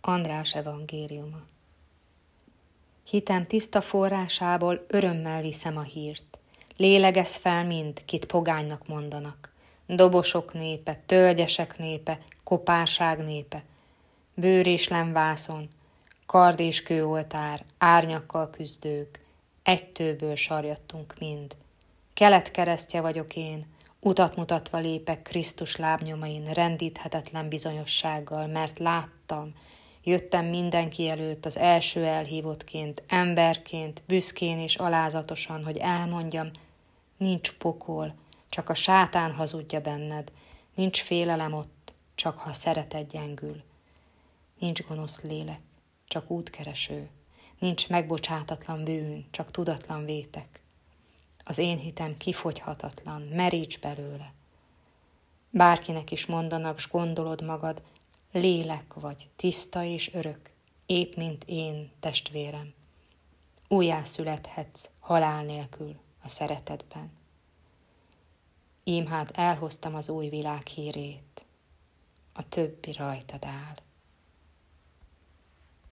András evangéliuma. Hitem tiszta forrásából örömmel viszem a hírt. Lélegez fel mind, kit pogánynak mondanak. Dobosok népe, tölgyesek népe, kopárság népe. Bőr és lemvászon, kard és kőoltár, árnyakkal küzdők. Egy tőből sarjadtunk mind. Kelet keresztje vagyok én, utat mutatva lépek Krisztus lábnyomain rendíthetetlen bizonyossággal, mert láttam, jöttem mindenki előtt az első elhívottként, emberként, büszkén és alázatosan, hogy elmondjam, nincs pokol, csak a sátán hazudja benned, nincs félelem ott, csak ha szeretet gyengül. Nincs gonosz lélek, csak útkereső, nincs megbocsátatlan bűn, csak tudatlan vétek. Az én hitem kifogyhatatlan, meríts belőle. Bárkinek is mondanak, s gondolod magad, lélek vagy, tiszta és örök, épp mint én, testvérem. Újjászülethetsz halál nélkül a szeretetben. Ím hát elhoztam az új világ hírét, a többi rajtad áll.